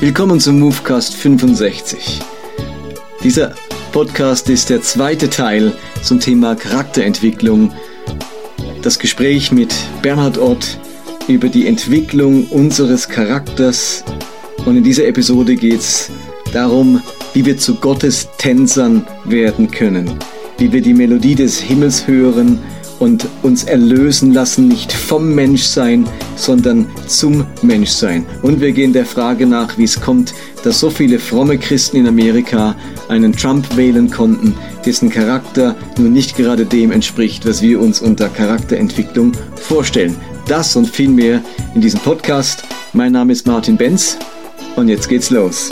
Willkommen zum Movecast 65. Dieser Podcast ist der zweite Teil zum Thema Charakterentwicklung. Das Gespräch mit Bernhard Ott über die Entwicklung unseres Charakters. Und in dieser Episode geht es darum, wie wir zu Gottes Tänzern werden können. Wie wir die Melodie des Himmels hören und uns erlösen lassen, nicht vom Menschsein, sondern zum Menschsein. Und wir gehen der Frage nach, wie es kommt, dass so viele fromme Christen in Amerika einen Trump wählen konnten, dessen Charakter nun nicht gerade dem entspricht, was wir uns unter Charakterentwicklung vorstellen. Das und viel mehr in diesem Podcast. Mein Name ist Martin Benz und jetzt geht's los.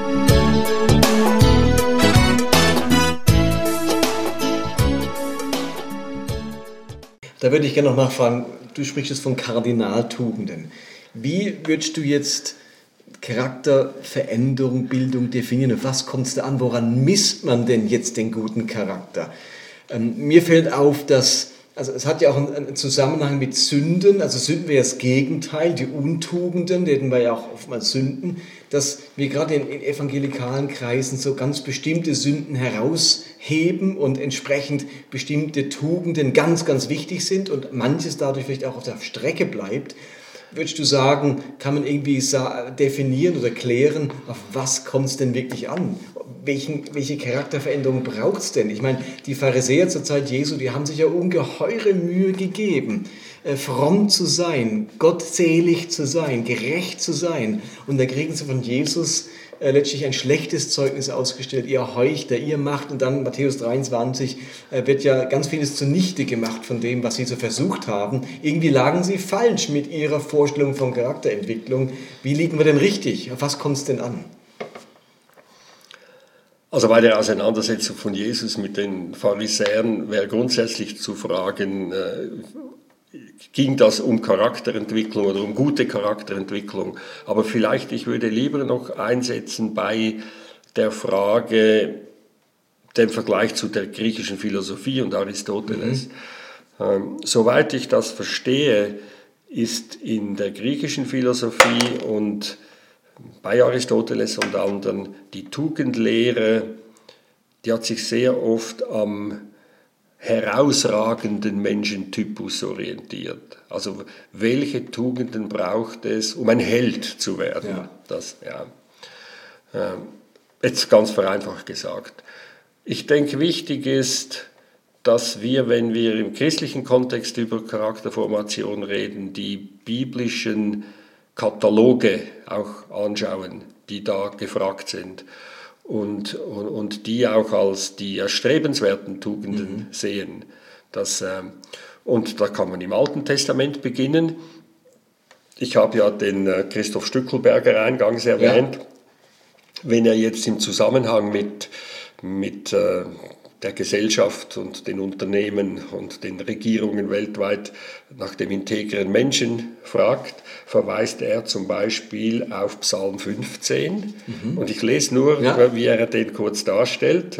Da würde ich gerne noch nachfragen, du sprichst jetzt von Kardinaltugenden. Wie würdest du jetzt Charakterveränderung, Bildung definieren? Und was kommt es da an? Woran misst man denn jetzt den guten Charakter? Mir fällt auf, dass, also es hat ja auch einen Zusammenhang mit Sünden, also Sünden wäre das Gegenteil, die Untugenden, die hätten wir ja auch oftmals Sünden, dass wir gerade in evangelikalen Kreisen so ganz bestimmte Sünden herausheben und entsprechend bestimmte Tugenden ganz, ganz wichtig sind und manches dadurch vielleicht auch auf der Strecke bleibt. Würdest du sagen, kann man irgendwie definieren oder klären, auf was kommt es denn wirklich an? Welche Charakterveränderung braucht es denn? Ich meine, die Pharisäer zur Zeit Jesu, die haben sich ja ungeheure Mühe gegeben, fromm zu sein, gottselig zu sein, gerecht zu sein. Und da kriegen sie von Jesus letztlich ein schlechtes Zeugnis ausgestellt. Ihr Heuchler, ihr macht, und dann Matthäus 23 wird ja ganz vieles zunichte gemacht von dem, was sie so versucht haben. Irgendwie lagen sie falsch mit ihrer Vorstellung von Charakterentwicklung. Wie liegen wir denn richtig? Auf was kommt es denn an? Also bei der Auseinandersetzung von Jesus mit den Pharisäern wäre grundsätzlich zu fragen, ging das um Charakterentwicklung oder um gute Charakterentwicklung? Aber vielleicht, ich würde lieber noch einsetzen bei der Frage, dem Vergleich zu der griechischen Philosophie und Aristoteles. Soweit ich das verstehe, ist in der griechischen Philosophie und bei Aristoteles und anderen die Tugendlehre, die hat sich sehr oft am herausragenden Menschentypus orientiert. Also welche Tugenden braucht es, um ein Held zu werden? Ja. Das, ja. Jetzt ganz vereinfacht gesagt. Ich denke, wichtig ist, dass wir, wenn wir im christlichen Kontext über Charakterformation reden, die biblischen Kataloge auch anschauen, die da gefragt sind. Und die auch als die erstrebenswerten Tugenden sehen. Und da kann man im Alten Testament beginnen. Ich habe ja den Christoph Stückelberger eingangs erwähnt. Ja. Wenn er jetzt im Zusammenhang mit der Gesellschaft und den Unternehmen und den Regierungen weltweit nach dem integren Menschen fragt, verweist er zum Beispiel auf Psalm 15. Und ich lese nur, wie er den kurz darstellt.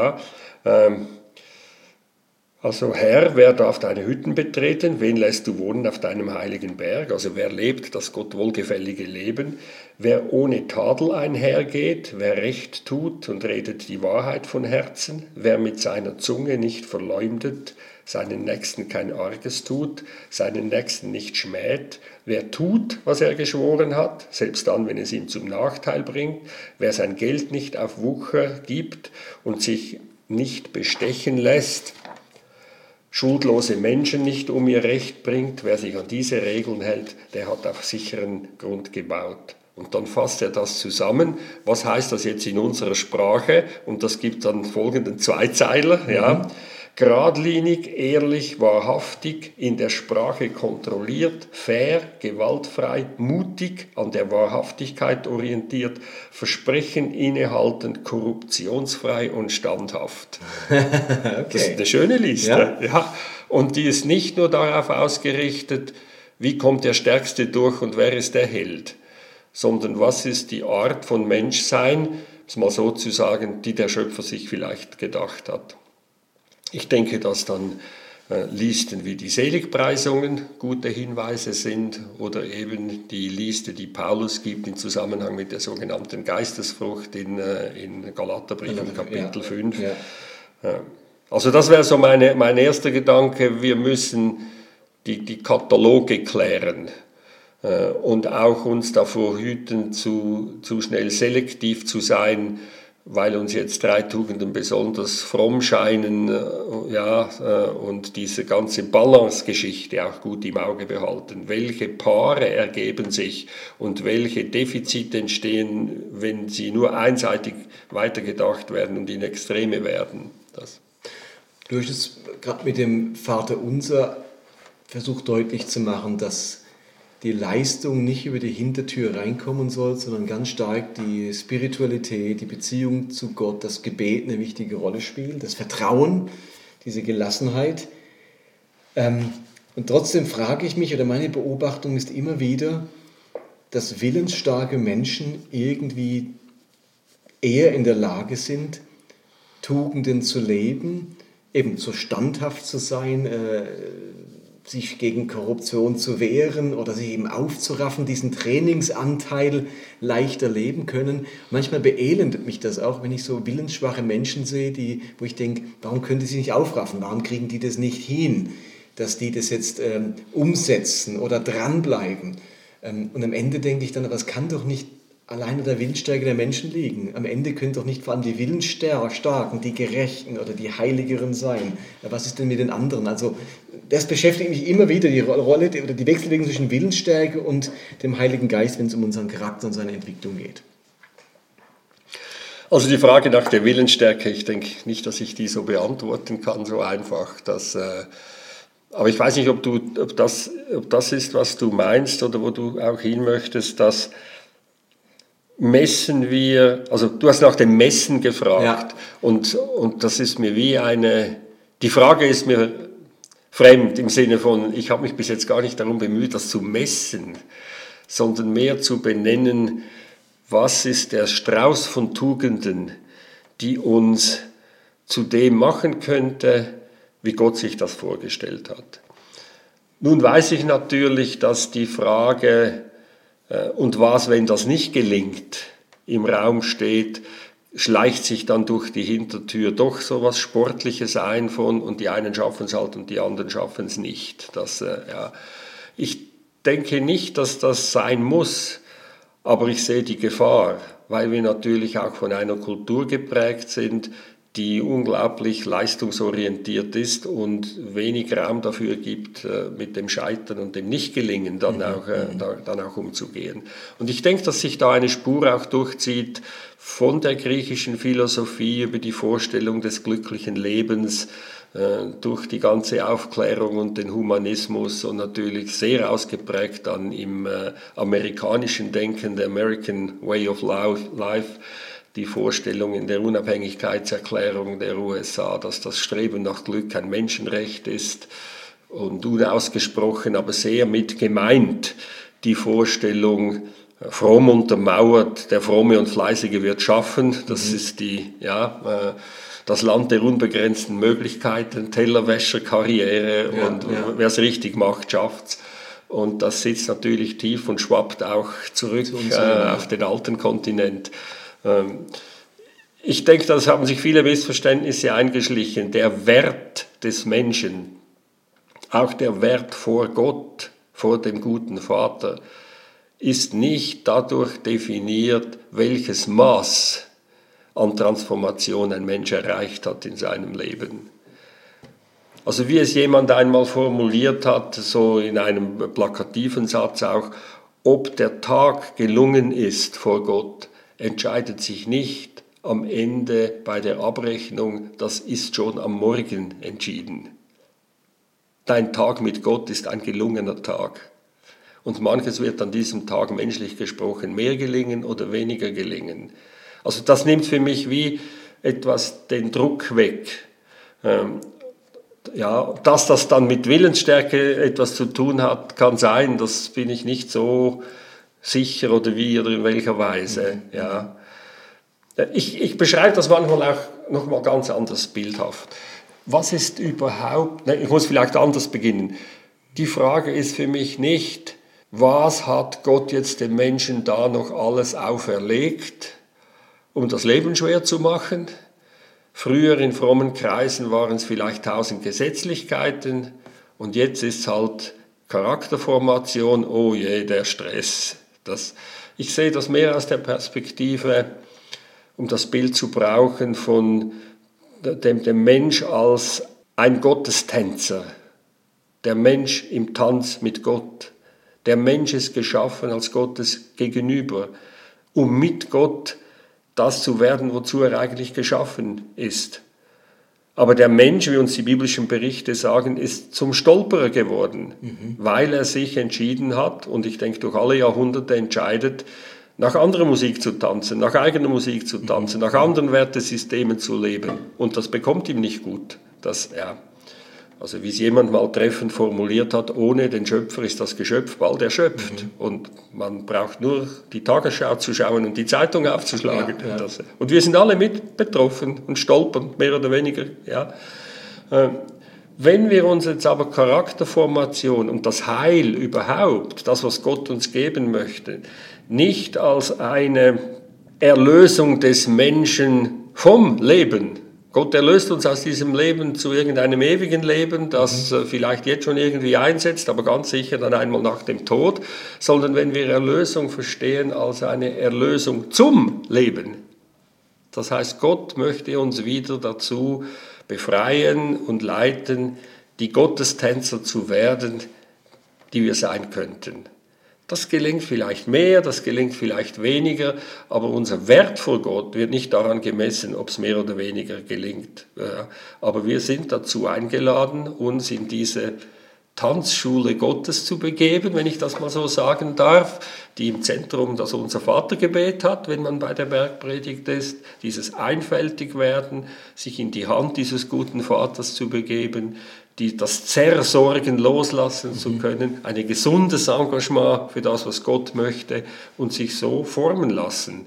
Also Herr, wer darf deine Hütten betreten? Wen lässt du wohnen auf deinem heiligen Berg? Also wer lebt das Gott wohlgefällige Leben? Wer ohne Tadel einhergeht, wer Recht tut und redet die Wahrheit von Herzen? Wer mit seiner Zunge nicht verleumdet, seinen Nächsten kein Arges tut, seinen Nächsten nicht schmäht? Wer tut, was er geschworen hat, selbst dann, wenn es ihm zum Nachteil bringt? Wer sein Geld nicht auf Wucher gibt und sich nicht bestechen lässt? Schuldlose Menschen nicht um ihr Recht bringt, wer sich an diese Regeln hält, der hat auf sicheren Grund gebaut. Und dann fasst er das zusammen. Was heißt das jetzt in unserer Sprache? Und das gibt dann folgenden Zweizeiler. Ja. Geradlinig, ehrlich, wahrhaftig, in der Sprache kontrolliert, fair, gewaltfrei, mutig, an der Wahrhaftigkeit orientiert, Versprechen innehaltend, korruptionsfrei und standhaft. Okay. Das ist eine schöne Liste. Ja. Und die ist nicht nur darauf ausgerichtet, wie kommt der Stärkste durch und wer ist der Held, sondern was ist die Art von Menschsein, um es mal so zu sagen, die der Schöpfer sich vielleicht gedacht hat. Ich denke, dass dann Listen wie die Seligpreisungen gute Hinweise sind oder eben die Liste, die Paulus gibt im Zusammenhang mit der sogenannten Geistesfrucht in Galaterbrief im Kapitel 5. Ja. Also das wäre so mein erster Gedanke, wir müssen die Kataloge klären und auch uns davor hüten, zu schnell selektiv zu sein, weil uns jetzt 3 Tugenden besonders fromm scheinen, und diese ganze Balance-Geschichte auch gut im Auge behalten. Welche Paare ergeben sich und welche Defizite entstehen, wenn sie nur einseitig weitergedacht werden und in Extreme werden. Du hast es gerade mit dem Vaterunser versucht deutlich zu machen, dass die Leistung nicht über die Hintertür reinkommen soll, sondern ganz stark die Spiritualität, die Beziehung zu Gott, das Gebet eine wichtige Rolle spielt, das Vertrauen, diese Gelassenheit. Und trotzdem frage ich mich, oder meine Beobachtung ist immer wieder, dass willensstarke Menschen irgendwie eher in der Lage sind, Tugenden zu leben, eben so standhaft zu sein, sich gegen Korruption zu wehren oder sich eben aufzuraffen, diesen Trainingsanteil leichter leben können. Manchmal beelendet mich das auch, wenn ich so willensschwache Menschen sehe, wo ich denke, warum können die sich nicht aufraffen? Warum kriegen die das nicht hin, dass die das jetzt umsetzen oder dranbleiben? Und am Ende denke ich dann, aber es kann doch nicht allein an der Willensstärke der Menschen liegen. Am Ende können doch nicht vor allem die Willensstarken, die Gerechten oder die Heiligeren sein. Was ist denn mit den anderen? Also das beschäftigt mich immer wieder, die Rolle oder die Wechselwirkung zwischen Willensstärke und dem Heiligen Geist, wenn es um unseren Charakter und seine Entwicklung geht. Also die Frage nach der Willensstärke, ich denke nicht, dass ich die so beantworten kann, so einfach. Aber ich weiß nicht, ob das ist, was du meinst oder wo du auch hin möchtest, dass messen wir, also du hast nach dem Messen gefragt, und das ist mir die Frage ist mir fremd im Sinne von, ich habe mich bis jetzt gar nicht darum bemüht, das zu messen, sondern mehr zu benennen, was ist der Strauß von Tugenden, die uns zu dem machen könnte, wie Gott sich das vorgestellt hat. Nun weiß ich natürlich, dass die Frage, und was, wenn das nicht gelingt, im Raum steht, schleicht sich dann durch die Hintertür doch so was Sportliches ein und die einen schaffen es halt und die anderen schaffen es nicht. Ich denke nicht, dass das sein muss, aber ich sehe die Gefahr, weil wir natürlich auch von einer Kultur geprägt sind, die unglaublich leistungsorientiert ist und wenig Raum dafür gibt, mit dem Scheitern und dem Nichtgelingen dann auch umzugehen. Und ich denke, dass sich da eine Spur auch durchzieht von der griechischen Philosophie über die Vorstellung des glücklichen Lebens, durch die ganze Aufklärung und den Humanismus und natürlich sehr ausgeprägt dann im amerikanischen Denken, der American Way of Life, die Vorstellung in der Unabhängigkeitserklärung der USA, dass das Streben nach Glück ein Menschenrecht ist und unausgesprochen, aber sehr mit gemeint die Vorstellung, fromm untermauert, der Fromme und Fleißige wird schaffen, das ist das Land der unbegrenzten Möglichkeiten, Tellerwäscherkarriere und wer es richtig macht, schafft's. Und das sitzt natürlich tief und schwappt auch zurück auf den alten Kontinent. Ich denke, da haben sich viele Missverständnisse eingeschlichen. Der Wert des Menschen, auch der Wert vor Gott, vor dem guten Vater, ist nicht dadurch definiert, welches Maß an Transformation ein Mensch erreicht hat in seinem Leben. Also wie es jemand einmal formuliert hat, so in einem plakativen Satz auch, ob der Tag gelungen ist vor Gott, entscheidet sich nicht am Ende bei der Abrechnung, das ist schon am Morgen entschieden. Dein Tag mit Gott ist ein gelungener Tag. Und manches wird an diesem Tag menschlich gesprochen mehr gelingen oder weniger gelingen. Also das nimmt für mich wie etwas den Druck weg. Dass das dann mit Willensstärke etwas zu tun hat, kann sein, das bin ich nicht so sicher oder wie oder in welcher Weise. Ich beschreibe das manchmal auch nochmal ganz anders bildhaft. was ist überhaupt, ich muss vielleicht anders beginnen. Die Frage ist für mich nicht, was hat Gott jetzt dem Menschen da noch alles auferlegt, um das Leben schwer zu machen? Früher in frommen Kreisen waren es vielleicht 1000 Gesetzlichkeiten und jetzt ist es halt Charakterformation, oh je, der Stress. Ich sehe das mehr aus der Perspektive, um das Bild zu brauchen, von dem Mensch als ein Gottestänzer. Der Mensch im Tanz mit Gott. Der Mensch ist geschaffen als Gottes Gegenüber, um mit Gott das zu werden, wozu er eigentlich geschaffen ist. Aber der Mensch, wie uns die biblischen Berichte sagen, ist zum Stolperer geworden, weil er sich entschieden hat, und ich denke durch alle Jahrhunderte entscheidet, nach anderer Musik zu tanzen, nach eigener Musik zu tanzen, nach anderen Wertesystemen zu leben. Und das bekommt ihm nicht gut. Also wie es jemand mal treffend formuliert hat, ohne den Schöpfer ist das Geschöpf bald erschöpft. Und man braucht nur die Tagesschau zu schauen und die Zeitung aufzuschlagen. Ja. Und wir sind alle mit betroffen und stolpern, mehr oder weniger. Ja. Wenn wir uns jetzt aber Charakterformation und das Heil überhaupt, das, was Gott uns geben möchte, nicht als eine Erlösung des Menschen vom Leben, Gott erlöst uns aus diesem Leben zu irgendeinem ewigen Leben, das vielleicht jetzt schon irgendwie einsetzt, aber ganz sicher dann einmal nach dem Tod, sondern wenn wir Erlösung verstehen als eine Erlösung zum Leben. Das heißt, Gott möchte uns wieder dazu befreien und leiten, die Gottestänzer zu werden, die wir sein könnten. Das gelingt vielleicht mehr, das gelingt vielleicht weniger, aber unser Wert vor Gott wird nicht daran gemessen, ob es mehr oder weniger gelingt. Aber wir sind dazu eingeladen, uns in diese Tanzschule Gottes zu begeben, wenn ich das mal so sagen darf, die im Zentrum das Unser-Vater-Gebet hat, wenn man bei der Bergpredigt ist, dieses Einfältigwerden, sich in die Hand dieses guten Vaters zu begeben, das Zersorgen loslassen zu können, ein gesundes Engagement für das, was Gott möchte und sich so formen lassen.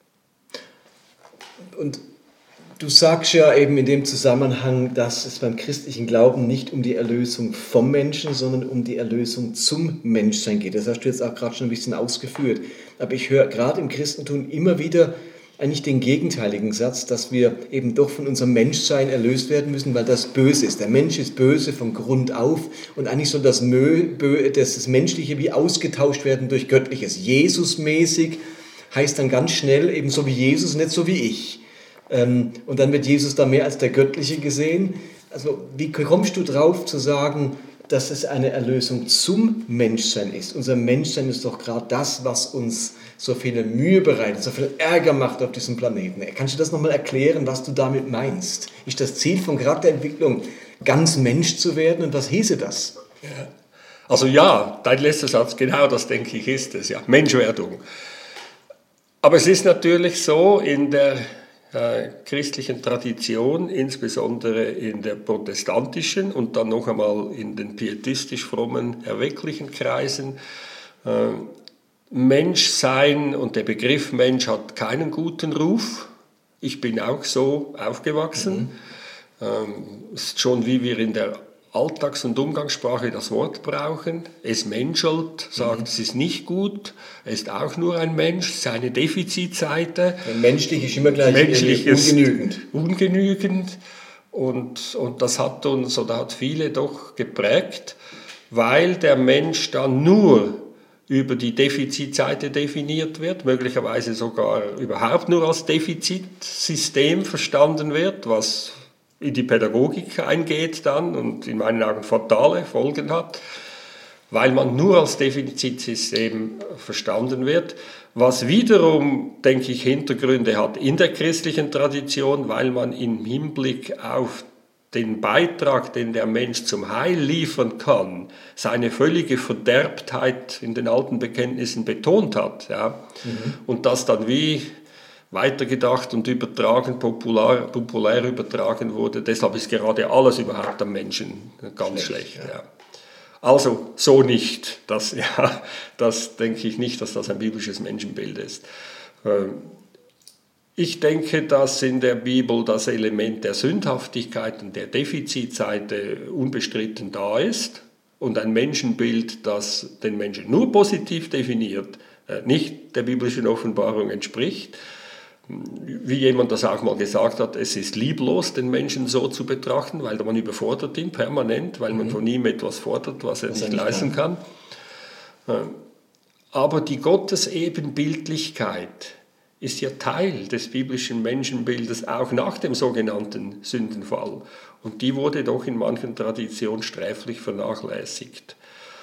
Und du sagst ja eben in dem Zusammenhang, dass es beim christlichen Glauben nicht um die Erlösung vom Menschen, sondern um die Erlösung zum Menschsein geht. Das hast du jetzt auch gerade schon ein bisschen ausgeführt. Aber ich höre gerade im Christentum immer wieder eigentlich den gegenteiligen Satz, dass wir eben doch von unserem Menschsein erlöst werden müssen, weil das böse ist. Der Mensch ist böse von Grund auf und eigentlich soll das Menschliche wie ausgetauscht werden durch Göttliches. Jesusmäßig heißt dann ganz schnell eben so wie Jesus, nicht so wie ich. Und dann wird Jesus da mehr als der Göttliche gesehen. Also wie kommst du drauf zu sagen, dass es eine Erlösung zum Menschsein ist? Unser Menschsein ist doch gerade das, was uns so viel Mühe bereitet, so viel Ärger macht auf diesem Planeten. Kannst du das nochmal erklären, was du damit meinst? Ist das Ziel von Charakterentwicklung, ganz Mensch zu werden? Und was hieße das? Ja. Also ja, dein letzter Satz, genau das denke ich ist es, ja, Menschwerdung. Aber es ist natürlich so, in der christlichen Tradition, insbesondere in der protestantischen und dann noch einmal in den pietistisch frommen, erwecklichen Kreisen, Menschsein und der Begriff Mensch hat keinen guten Ruf. Ich bin auch so aufgewachsen. Ist schon wie wir in der Alltags- und Umgangssprache das Wort brauchen. Es menschelt, sagt, es ist nicht gut, er ist auch nur ein Mensch, seine Defizitseite. Menschlich ist immer gleich ungenügend. Ungenügend und das hat uns oder hat viele doch geprägt, weil der Mensch dann nur über die Defizitseite definiert wird, möglicherweise sogar überhaupt nur als Defizitsystem verstanden wird, was in die Pädagogik eingeht dann und in meinen Augen fatale Folgen hat, weil man nur als Defizitsystem verstanden wird, was wiederum, denke ich, Hintergründe hat in der christlichen Tradition, weil man im Hinblick auf den Beitrag, den der Mensch zum Heil liefern kann, seine völlige Verderbtheit in den alten Bekenntnissen betont hat. Ja? Und das dann wie weitergedacht und übertragen, populär übertragen wurde. Deshalb ist gerade alles überhaupt am Menschen ganz schlecht. Ja. Also so nicht. Das denke ich nicht, dass das ein biblisches Menschenbild ist. Ich denke, dass in der Bibel das Element der Sündhaftigkeit und der Defizitseite unbestritten da ist und ein Menschenbild, das den Menschen nur positiv definiert, nicht der biblischen Offenbarung entspricht. Wie jemand das auch mal gesagt hat, es ist lieblos, den Menschen so zu betrachten, weil man überfordert ihn permanent, weil man von ihm etwas fordert, was er nicht leisten kann. Aber die Gottesebenbildlichkeit ist ja Teil des biblischen Menschenbildes, auch nach dem sogenannten Sündenfall. Und die wurde doch in manchen Traditionen sträflich vernachlässigt.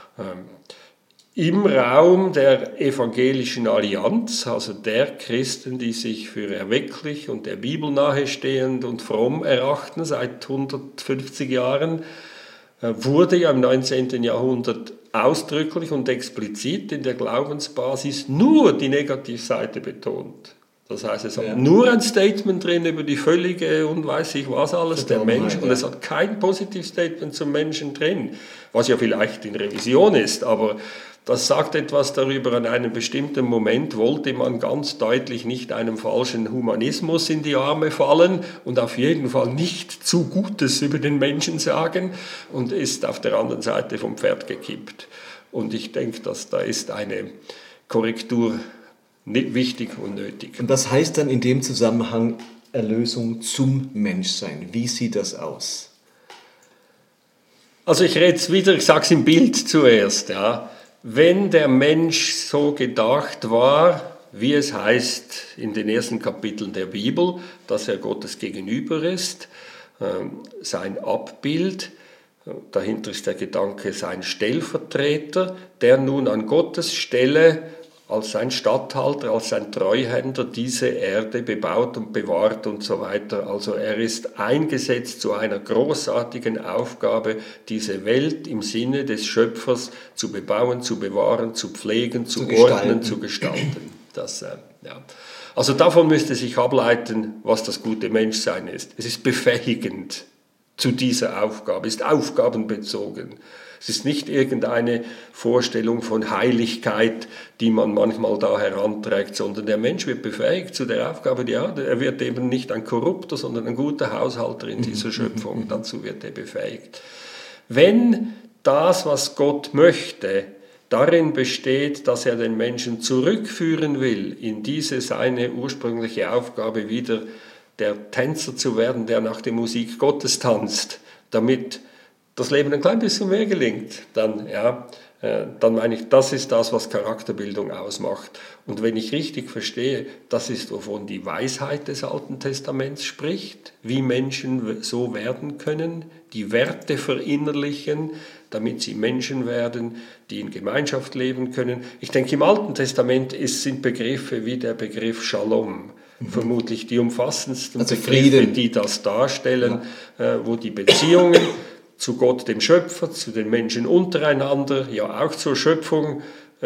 Im Raum der evangelischen Allianz, also der Christen, die sich für erwecklich und der Bibel nahestehend und fromm erachten, seit 150 Jahren, wurde ja im 19. Jahrhundert ausdrücklich und explizit in der Glaubensbasis nur die Negativseite betont. Das heißt, es hat nur ein Statement drin über die völlige und weiß ich was alles der Mensch und es hat kein Positivstatement zum Menschen drin, was ja vielleicht in Revision ist, aber das sagt etwas darüber, an einem bestimmten Moment wollte man ganz deutlich nicht einem falschen Humanismus in die Arme fallen und auf jeden Fall nicht zu Gutes über den Menschen sagen und ist auf der anderen Seite vom Pferd gekippt. Und ich denke, dass da ist eine Korrektur wichtig und nötig. Und was heißt dann in dem Zusammenhang Erlösung zum Menschsein? Wie sieht das aus? Also ich rede es wieder, ich sage es im Bild zuerst, ja. Wenn der Mensch so gedacht war, wie es heißt in den ersten Kapiteln der Bibel, dass er Gottes Gegenüber ist, sein Abbild, dahinter ist der Gedanke sein Stellvertreter, der nun an Gottes Stelle als sein Statthalter, als sein Treuhänder diese Erde bebaut und bewahrt und so weiter. Also er ist eingesetzt zu einer großartigen Aufgabe, diese Welt im Sinne des Schöpfers zu bebauen, zu bewahren, zu pflegen, zu ordnen, zu gestalten. Also davon müsste sich ableiten, was das gute Menschsein ist. Es ist befähigend zu dieser Aufgabe, ist aufgabenbezogen. Es ist nicht irgendeine Vorstellung von Heiligkeit, die man manchmal da heranträgt, sondern der Mensch wird befähigt zu der Aufgabe, ja, er wird eben nicht ein Korrupter, sondern ein guter Haushalter in dieser Schöpfung. Dazu wird er befähigt. Wenn das, was Gott möchte, darin besteht, dass er den Menschen zurückführen will in diese seine ursprüngliche Aufgabe, wieder der Tänzer zu werden, der nach der Musik Gottes tanzt, damit das Leben ein klein bisschen mehr gelingt, dann meine ich, das ist das, was Charakterbildung ausmacht. Und wenn ich richtig verstehe, das ist, wovon die Weisheit des Alten Testaments spricht, wie Menschen so werden können, die Werte verinnerlichen, damit sie Menschen werden, die in Gemeinschaft leben können. Ich denke, im Alten Testament sind Begriffe wie der Begriff Shalom, vermutlich die umfassendsten Begriffe, Frieden, die das darstellen, wo die Beziehungen zu Gott, dem Schöpfer, zu den Menschen untereinander, ja auch zur Schöpfung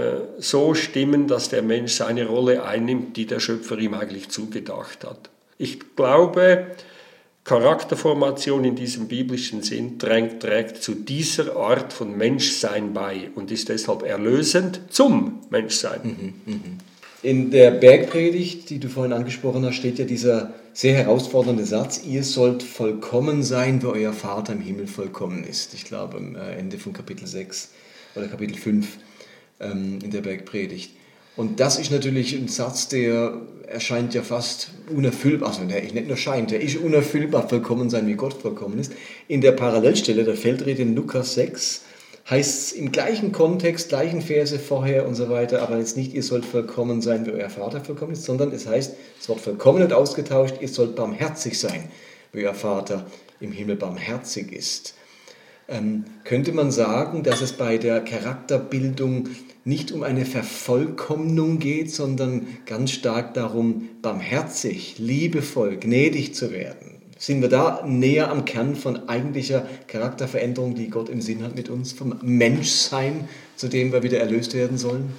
so stimmen, dass der Mensch seine Rolle einnimmt, die der Schöpfer ihm eigentlich zugedacht hat. Ich glaube, Charakterformation in diesem biblischen Sinn trägt zu dieser Art von Menschsein bei und ist deshalb erlösend zum Menschsein. In der Bergpredigt, die du vorhin angesprochen hast, steht ja dieser sehr herausfordernde Satz, ihr sollt vollkommen sein, wie euer Vater im Himmel vollkommen ist. Ich glaube am Ende von Kapitel 6 oder Kapitel 5 in der Bergpredigt. Und das ist natürlich ein Satz, der erscheint ja fast unerfüllbar, also nicht nur scheint, der ist unerfüllbar, vollkommen sein, wie Gott vollkommen ist. In der Parallelstelle, der Feldrede in Lukas 6, heißt es im gleichen Kontext, gleichen Verse vorher und so weiter, aber jetzt nicht, ihr sollt vollkommen sein, wie euer Vater vollkommen ist, sondern es heißt, das Wort vollkommen wird ausgetauscht, ihr sollt barmherzig sein, wie euer Vater im Himmel barmherzig ist. Könnte man sagen, dass es bei der Charakterbildung nicht um eine Vervollkommnung geht, sondern ganz stark darum, barmherzig, liebevoll, gnädig zu werden? Sind wir da näher am Kern von eigentlicher Charakterveränderung, die Gott im Sinn hat mit uns, vom Menschsein, zu dem wir wieder erlöst werden sollen?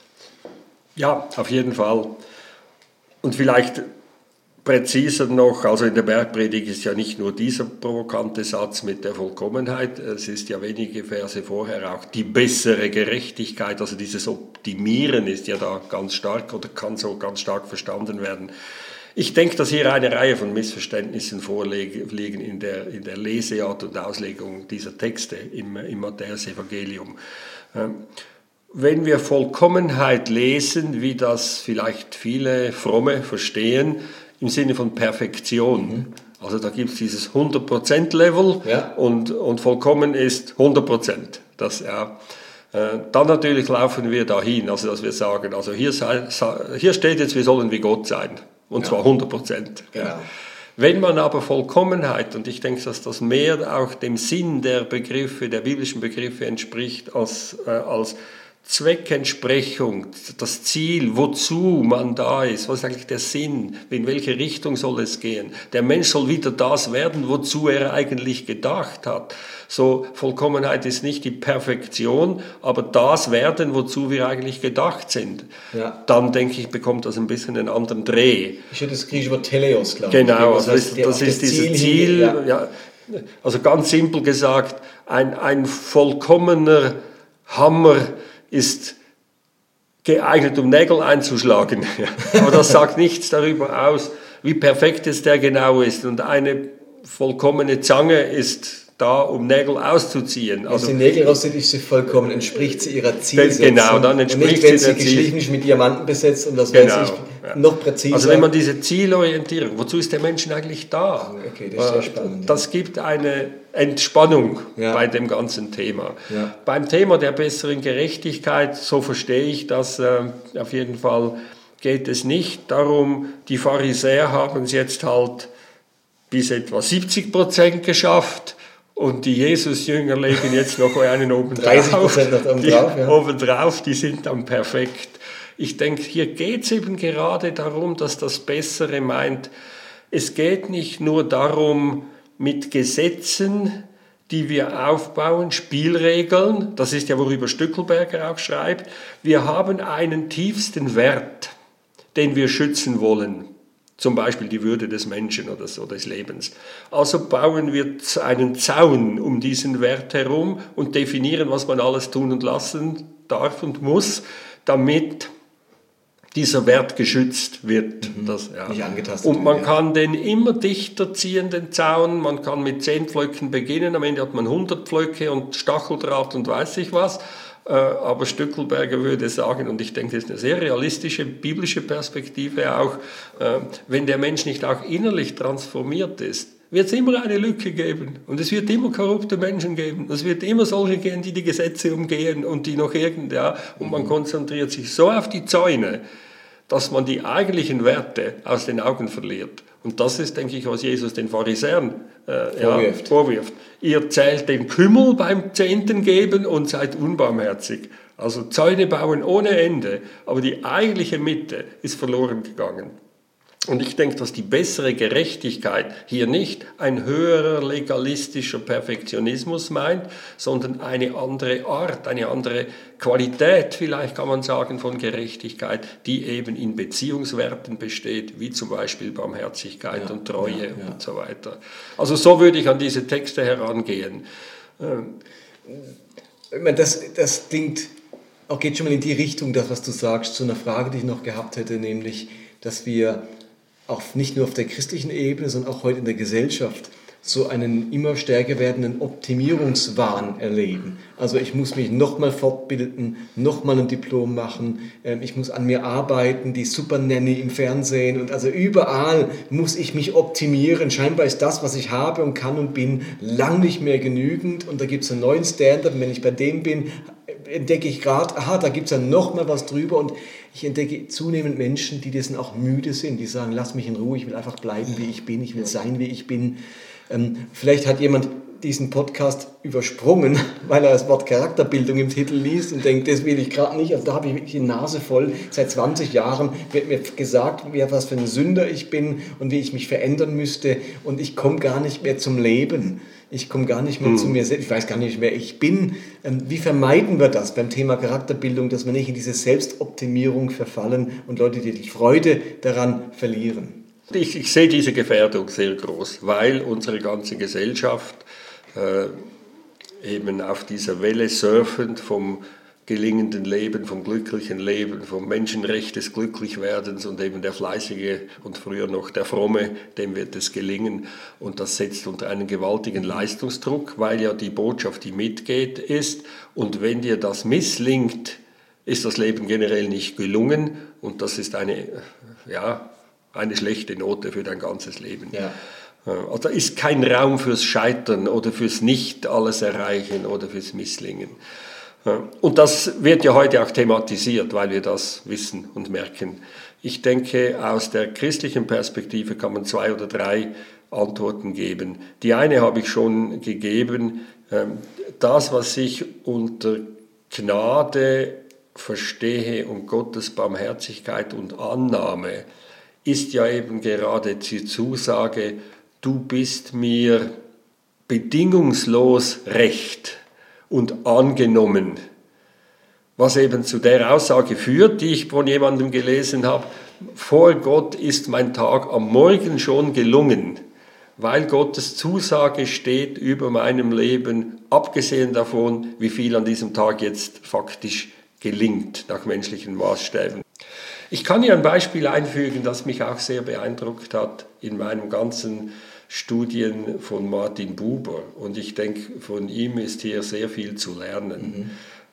Ja, auf jeden Fall. Und vielleicht präziser noch, also in der Bergpredigt ist ja nicht nur dieser provokante Satz mit der Vollkommenheit, es ist ja wenige Verse vorher auch die bessere Gerechtigkeit, also dieses Optimieren ist ja da ganz stark oder kann so ganz stark verstanden werden. Ich denke, dass hier eine Reihe von Missverständnissen vorliegen in der Leseart und Auslegung dieser Texte im Matthäus-Evangelium. Wenn wir Vollkommenheit lesen, wie das vielleicht viele Fromme verstehen, im Sinne von Perfektion, also da gibt es dieses 100%-Level und vollkommen ist 100%. Dann natürlich laufen wir dahin, also dass wir sagen, also hier steht jetzt, wir sollen wie Gott sein, und zwar 100%. Genau. Wenn man aber Vollkommenheit, und ich denke, dass das mehr auch dem Sinn der biblischen Begriffe entspricht, als Zweckentsprechung, das Ziel, wozu man da ist, was ist eigentlich der Sinn, in welche Richtung soll es gehen. Der Mensch soll wieder das werden, wozu er eigentlich gedacht hat. So, Vollkommenheit ist nicht die Perfektion, aber das werden, wozu wir eigentlich gedacht sind. Ja. Dann, denke ich, bekommt das ein bisschen einen anderen Dreh. Ich hätte das griechische Wort Teleos, glaube ich. Genau, das ist dieses Ziel. Ja. Also ganz simpel gesagt, ein vollkommener Hammer ist geeignet, um Nägel einzuschlagen. Aber das sagt nichts darüber aus, wie perfekt es der genau ist. Und eine vollkommene Zange ist da, um Nägel auszuziehen. Wenn sie Nägel rostet, ist sie vollkommen, entspricht sie ihrer Zielsetzung. Genau, dann entspricht und nicht, wenn sie geschliffen mit Diamanten besetzt und das weiß ich noch präziser. Also wenn man diese Zielorientierung, wozu ist der Mensch eigentlich da? Okay, das ist sehr spannend. Das gibt eine Entspannung bei dem ganzen Thema. Ja. Beim Thema der besseren Gerechtigkeit, so verstehe ich das auf jeden Fall, geht es nicht darum, die Pharisäer haben es jetzt halt bis etwa 70% geschafft, und die Jesus-Jünger legen jetzt noch einen obendrauf. 30% noch obendrauf, die sind dann perfekt. Ich denke, hier geht es eben gerade darum, dass das Bessere meint, es geht nicht nur darum, mit Gesetzen, die wir aufbauen, Spielregeln, das ist ja, worüber Stückelberger auch schreibt, wir haben einen tiefsten Wert, den wir schützen wollen. Zum Beispiel die Würde des Menschen oder des Lebens. Also bauen wir einen Zaun um diesen Wert herum und definieren, was man alles tun und lassen darf und muss, damit dieser Wert geschützt wird. Nicht angetastet und man kann den immer dichter ziehen, den Zaun. Man kann mit 10 Pflöcken beginnen, am Ende hat man 100 Pflöcke und Stacheldraht und weiß ich was. Aber Stückelberger würde sagen, und ich denke, das ist eine sehr realistische biblische Perspektive auch, wenn der Mensch nicht auch innerlich transformiert ist, wird es immer eine Lücke geben. Und es wird immer korrupte Menschen geben. Es wird immer solche geben, die Gesetze umgehen und die noch und man konzentriert sich so auf die Zäune, dass man die eigentlichen Werte aus den Augen verliert. Und das ist, denke ich, was Jesus den Pharisäern vorwirft. Ihr zählt den Kümmel beim Zehnten geben und seid unbarmherzig. Also Zäune bauen ohne Ende, aber die eigentliche Mitte ist verloren gegangen. Und ich denke, dass die bessere Gerechtigkeit hier nicht ein höherer legalistischer Perfektionismus meint, sondern eine andere Art, eine andere Qualität, vielleicht kann man sagen, von Gerechtigkeit, die eben in Beziehungswerten besteht, wie zum Beispiel Barmherzigkeit und Treue und so weiter. Also so würde ich an diese Texte herangehen. Das klingt, auch geht schon mal in die Richtung, das, was du sagst, zu einer Frage, die ich noch gehabt hätte, nämlich, dass wir auch nicht nur auf der christlichen Ebene, sondern auch heute in der Gesellschaft so einen immer stärker werdenden Optimierungswahn erleben. Also ich muss mich nochmal fortbilden, nochmal ein Diplom machen, ich muss an mir arbeiten, die Super Nanny im Fernsehen und also überall muss ich mich optimieren. Scheinbar ist das, was ich habe und kann und bin, lang nicht mehr genügend und da gibt es einen neuen Standard und wenn ich bei dem bin, entdecke ich gerade, da gibt es ja noch mal was drüber und ich entdecke zunehmend Menschen, die dessen auch müde sind, die sagen, lass mich in Ruhe, ich will einfach bleiben, wie ich bin, ich will sein, wie ich bin. Vielleicht hat jemand diesen Podcast übersprungen, weil er das Wort Charakterbildung im Titel liest und denkt, das will ich gerade nicht. Also da habe ich wirklich die Nase voll. Seit 20 Jahren wird mir gesagt, was für ein Sünder ich bin und wie ich mich verändern müsste und ich komme gar nicht mehr zum Leben. Ich komme gar nicht mehr zu mir selbst, ich weiß gar nicht mehr, ich bin. Wie vermeiden wir das beim Thema Charakterbildung, dass wir nicht in diese Selbstoptimierung verfallen und Leute, die die Freude daran verlieren? Ich sehe diese Gefährdung sehr groß, weil unsere ganze Gesellschaft eben auf dieser Welle surfend vom gelingenden Leben, vom glücklichen Leben, vom Menschenrecht des Glücklichwerdens und eben der Fleißige und früher noch der Fromme, dem wird es gelingen. Und das setzt unter einen gewaltigen Leistungsdruck, weil ja die Botschaft, die mitgeht, ist, und wenn dir das misslingt, ist das Leben generell nicht gelungen und das ist eine schlechte Note für dein ganzes Leben. Ja. Also da ist kein Raum fürs Scheitern oder fürs Nicht-Alles-Erreichen oder fürs Misslingen. Und das wird ja heute auch thematisiert, weil wir das wissen und merken. Ich denke, aus der christlichen Perspektive kann man 2 oder 3 Antworten geben. Die eine habe ich schon gegeben. Das, was ich unter Gnade verstehe und Gottes Barmherzigkeit und Annahme, ist ja eben gerade die Zusage, du bist mir bedingungslos recht und angenommen. Was eben zu der Aussage führt, die ich von jemandem gelesen habe, vor Gott ist mein Tag am Morgen schon gelungen, weil Gottes Zusage steht über meinem Leben, abgesehen davon, wie viel an diesem Tag jetzt faktisch gelingt nach menschlichen Maßstäben. Ich kann hier ein Beispiel einfügen, das mich auch sehr beeindruckt hat in meinem ganzen Studien von Martin Buber. Und ich denke, von ihm ist hier sehr viel zu lernen.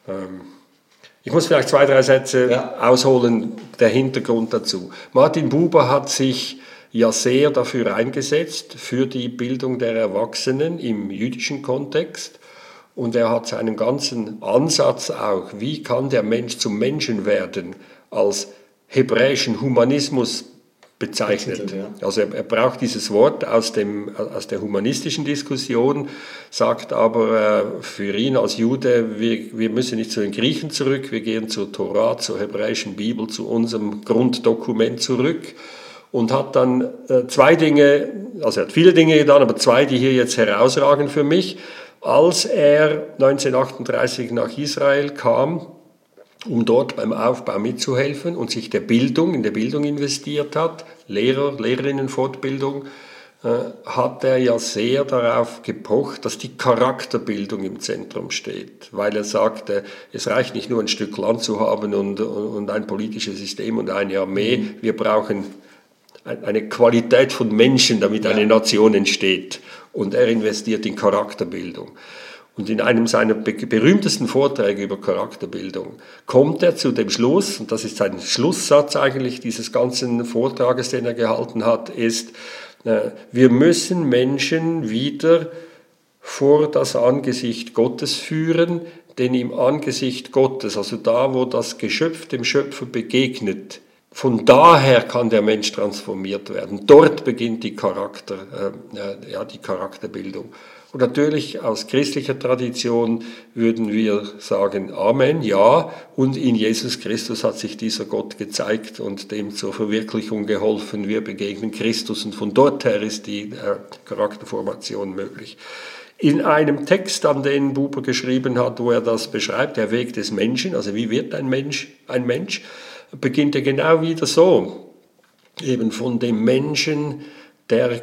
Ich muss vielleicht 2, 3 Sätze ausholen, der Hintergrund dazu. Martin Buber hat sich ja sehr dafür eingesetzt, für die Bildung der Erwachsenen im jüdischen Kontext. Und er hat seinen ganzen Ansatz auch, wie kann der Mensch zum Menschen werden, als hebräischen Humanismus bezeichnet. Also er braucht dieses Wort aus der humanistischen Diskussion, sagt aber für ihn als Jude, wir müssen nicht zu den Griechen zurück, wir gehen zur Tora, zur hebräischen Bibel, zu unserem Grunddokument zurück und hat dann 2 Dinge, also er hat viele Dinge getan, aber 2, die hier jetzt herausragen für mich. Als er 1938 nach Israel kam, um dort beim Aufbau mitzuhelfen und sich in der Bildung investiert hat, Lehrerinnenfortbildung, hat er ja sehr darauf gepocht, dass die Charakterbildung im Zentrum steht, weil er sagte, es reicht nicht nur ein Stück Land zu haben und ein politisches System und eine Armee, wir brauchen eine Qualität von Menschen, damit eine Nation entsteht. Und er investiert in Charakterbildung. Und in einem seiner berühmtesten Vorträge über Charakterbildung kommt er zu dem Schluss, und das ist sein Schlusssatz eigentlich dieses ganzen Vortrages, den er gehalten hat, ist, wir müssen Menschen wieder vor das Angesicht Gottes führen, denn im Angesicht Gottes, also da, wo das Geschöpf dem Schöpfer begegnet, von daher kann der Mensch transformiert werden. Dort beginnt die Charakterbildung. Und natürlich aus christlicher Tradition würden wir sagen, Amen, ja, und in Jesus Christus hat sich dieser Gott gezeigt und dem zur Verwirklichung geholfen. Wir begegnen Christus und von dort her ist die Charakterformation möglich. In einem Text, an den Buber geschrieben hat, wo er das beschreibt, der Weg des Menschen, also wie wird ein Mensch, beginnt er genau wieder so, eben von dem Menschen, der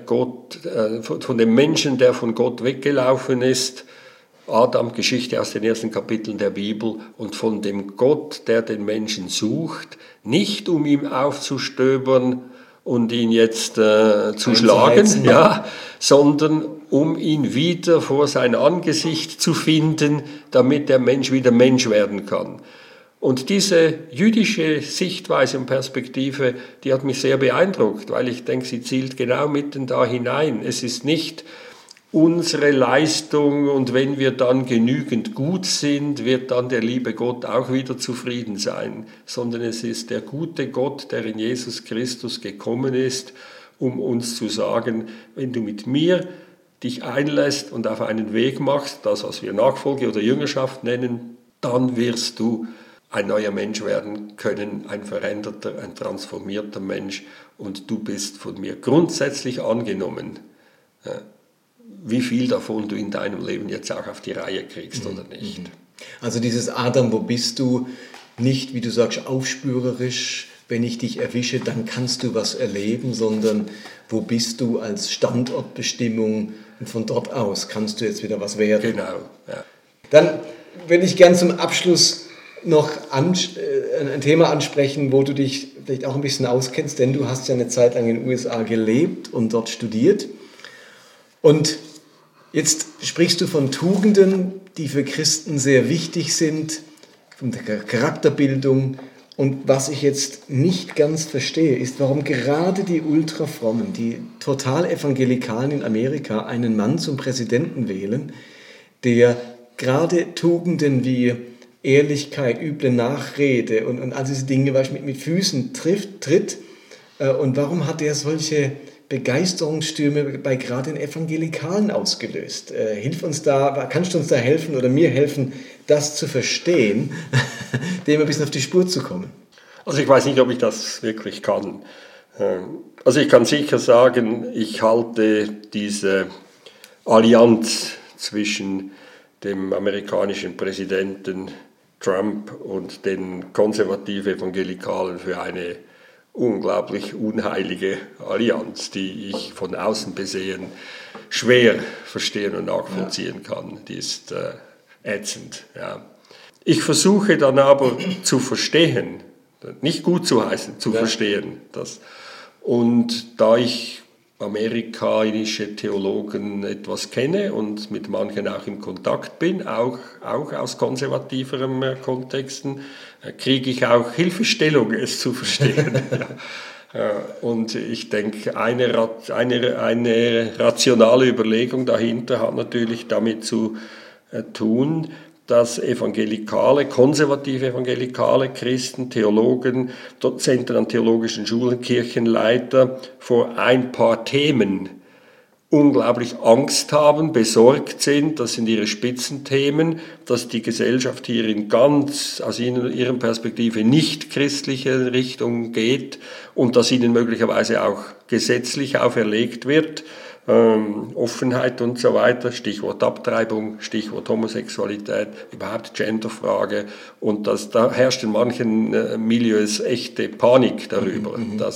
von Gott weggelaufen ist, Adam, Geschichte aus den ersten Kapiteln der Bibel, und von dem Gott, der den Menschen sucht, nicht um ihn aufzustöbern und ihn jetzt zu schlagen, sondern um ihn wieder vor sein Angesicht zu finden, damit der Mensch wieder Mensch werden kann. Und diese jüdische Sichtweise und Perspektive, die hat mich sehr beeindruckt, weil ich denke, sie zielt genau mitten da hinein. Es ist nicht unsere Leistung und wenn wir dann genügend gut sind, wird dann der liebe Gott auch wieder zufrieden sein, sondern es ist der gute Gott, der in Jesus Christus gekommen ist, um uns zu sagen, wenn du mit mir dich einlässt und auf einen Weg machst, das, was wir Nachfolge oder Jüngerschaft nennen, dann wirst du ein neuer Mensch werden können, ein veränderter, ein transformierter Mensch und du bist von mir grundsätzlich angenommen. Wie viel davon du in deinem Leben jetzt auch auf die Reihe kriegst oder nicht. Also dieses Adam, wo bist du, nicht, wie du sagst, aufspürerisch, wenn ich dich erwische, dann kannst du was erleben, sondern wo bist du als Standortbestimmung und von dort aus kannst du jetzt wieder was werden. Genau. Ja. Dann würde ich gern zum Abschluss noch ein Thema ansprechen, wo du dich vielleicht auch ein bisschen auskennst, denn du hast ja eine Zeit lang in den USA gelebt und dort studiert. Und jetzt sprichst du von Tugenden, die für Christen sehr wichtig sind, von der Charakterbildung. Und was ich jetzt nicht ganz verstehe, ist, warum gerade die Ultrafrommen, die Total-Evangelikalen in Amerika einen Mann zum Präsidenten wählen, der gerade Tugenden wie Ehrlichkeit, üble Nachrede und all diese Dinge mit Füßen tritt. Und warum hat er solche Begeisterungsstürme bei gerade den Evangelikalen ausgelöst? Kannst du uns da helfen oder mir helfen, das zu verstehen, dem ein bisschen auf die Spur zu kommen? Also ich weiß nicht, ob ich das wirklich kann. Also ich kann sicher sagen, ich halte diese Allianz zwischen dem amerikanischen Präsidenten Trump und den konservativ-evangelikalen für eine unglaublich unheilige Allianz, die ich von außen besehen schwer verstehen und nachvollziehen kann. Die ist ätzend. Ja. Ich versuche dann aber zu verstehen, nicht gut zu heißen, zu verstehen. Und da ich amerikanische Theologen etwas kenne und mit manchen auch im Kontakt bin, auch aus konservativeren Kontexten, kriege ich auch Hilfestellung, es zu verstehen. Und ich denke, eine rationale Überlegung dahinter hat natürlich damit zu tun, dass konservative evangelikale Christen, Theologen, Dozenten an theologischen Schulen, Kirchenleiter vor ein paar Themen unglaublich Angst haben, besorgt sind, das sind ihre Spitzenthemen, dass die Gesellschaft hier aus ihrer Perspektive nicht christliche Richtung geht und dass ihnen möglicherweise auch gesetzlich auferlegt wird, Offenheit und so weiter, Stichwort Abtreibung, Stichwort Homosexualität, überhaupt Genderfrage, und da herrscht in manchen Milieus echte Panik darüber.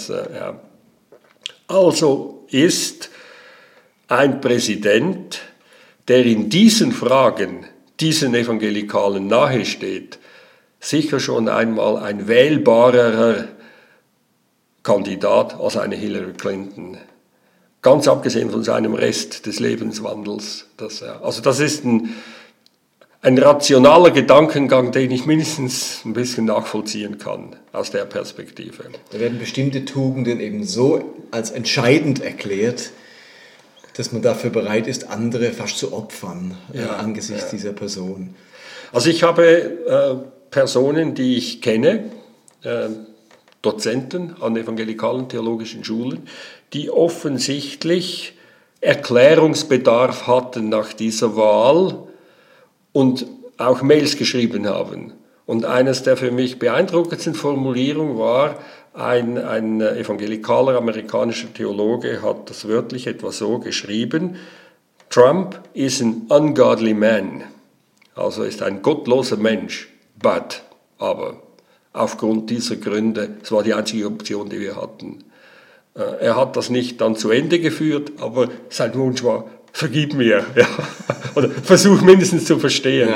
Also ist ein Präsident, der in diesen Fragen diesen Evangelikalen nahesteht, sicher schon einmal ein wählbarerer Kandidat als eine Hillary Clinton. Ganz abgesehen von seinem Rest des Lebenswandels. Das ist ein rationaler Gedankengang, den ich mindestens ein bisschen nachvollziehen kann aus der Perspektive. Da werden bestimmte Tugenden eben so als entscheidend erklärt, dass man dafür bereit ist, andere fast zu opfern angesichts dieser Person. Also ich habe Personen, die ich kenne, Dozenten an evangelikalen theologischen Schulen, die offensichtlich Erklärungsbedarf hatten nach dieser Wahl und auch Mails geschrieben haben. Und eines der für mich beeindruckendsten Formulierungen war, ein evangelikaler amerikanischer Theologe hat das wörtlich etwa so geschrieben: Trump is an ungodly man, also ist ein gottloser Mensch, aber aufgrund dieser Gründe, es war die einzige Option, die wir hatten. Er hat das nicht dann zu Ende geführt, aber sein Wunsch war, vergib mir, oder versuch mindestens zu verstehen.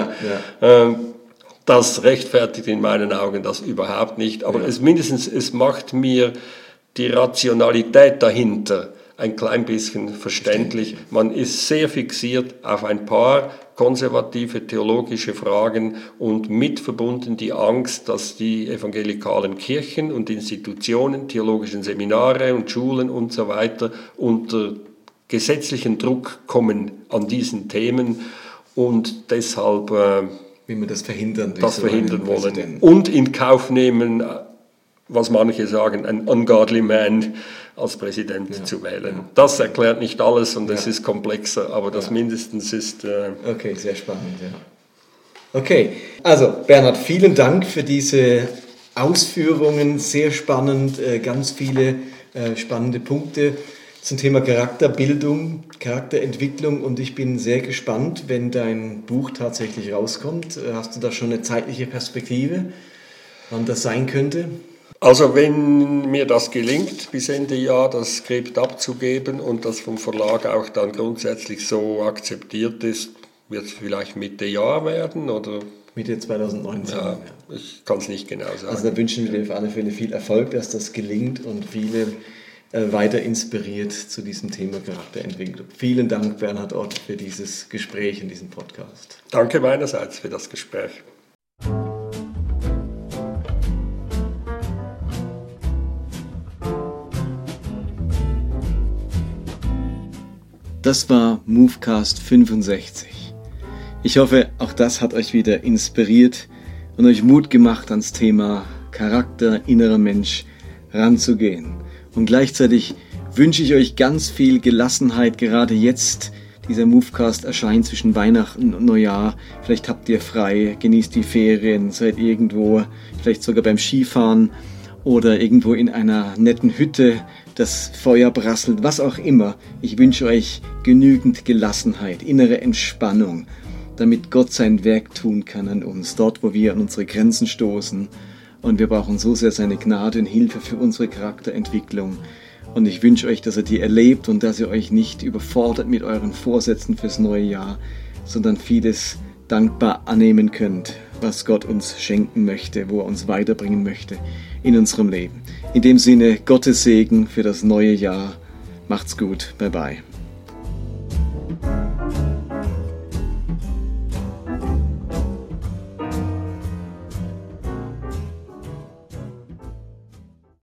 Das rechtfertigt in meinen Augen das überhaupt nicht, aber es macht mir die Rationalität dahinter ein klein bisschen verständlich. Man ist sehr fixiert auf ein paar konservative theologische Fragen und mit verbunden die Angst, dass die evangelikalen Kirchen und Institutionen, theologischen Seminare und Schulen und so weiter unter gesetzlichen Druck kommen an diesen Themen und deshalb wie man das verhindern wollen und in Kauf nehmen, was manche sagen, ein ungodly man als Präsident zu wählen. Ja. Das erklärt nicht alles und es ist komplexer, aber das mindestens ist... Okay, sehr spannend, Okay, also Bernhard, vielen Dank für diese Ausführungen, sehr spannend, ganz viele spannende Punkte zum Thema Charakterbildung, Charakterentwicklung, und ich bin sehr gespannt, wenn dein Buch tatsächlich rauskommt. Hast du da schon eine zeitliche Perspektive, wann das sein könnte? Also wenn mir das gelingt, bis Ende Jahr das Skript abzugeben und das vom Verlag auch dann grundsätzlich so akzeptiert ist, wird es vielleicht Mitte Jahr werden oder Mitte 2019. Ja, ich kann es nicht genau sagen. Also da wünschen wir dir auf alle Fälle viel Erfolg, dass das gelingt und viele weiter inspiriert zu diesem Thema Charakterentwicklung. Vielen Dank, Bernhard Ott, für dieses Gespräch in diesem Podcast. Danke meinerseits für das Gespräch. Das war Movecast 65. Ich hoffe, auch das hat euch wieder inspiriert und euch Mut gemacht, ans Thema Charakter, innerer Mensch ranzugehen. Und gleichzeitig wünsche ich euch ganz viel Gelassenheit, gerade jetzt. Dieser Movecast erscheint zwischen Weihnachten und Neujahr. Vielleicht habt ihr frei, genießt die Ferien, seid irgendwo, vielleicht sogar beim Skifahren oder irgendwo in einer netten Hütte, das Feuer prasselt, was auch immer. Ich wünsche euch genügend Gelassenheit, innere Entspannung, damit Gott sein Werk tun kann an uns, dort wo wir an unsere Grenzen stoßen. Und wir brauchen so sehr seine Gnade und Hilfe für unsere Charakterentwicklung. Und ich wünsche euch, dass ihr die erlebt und dass ihr euch nicht überfordert mit euren Vorsätzen fürs neue Jahr, sondern vieles dankbar annehmen könnt, was Gott uns schenken möchte, wo er uns weiterbringen möchte in unserem Leben. In dem Sinne, Gottes Segen für das neue Jahr. Macht's gut. Bye bye.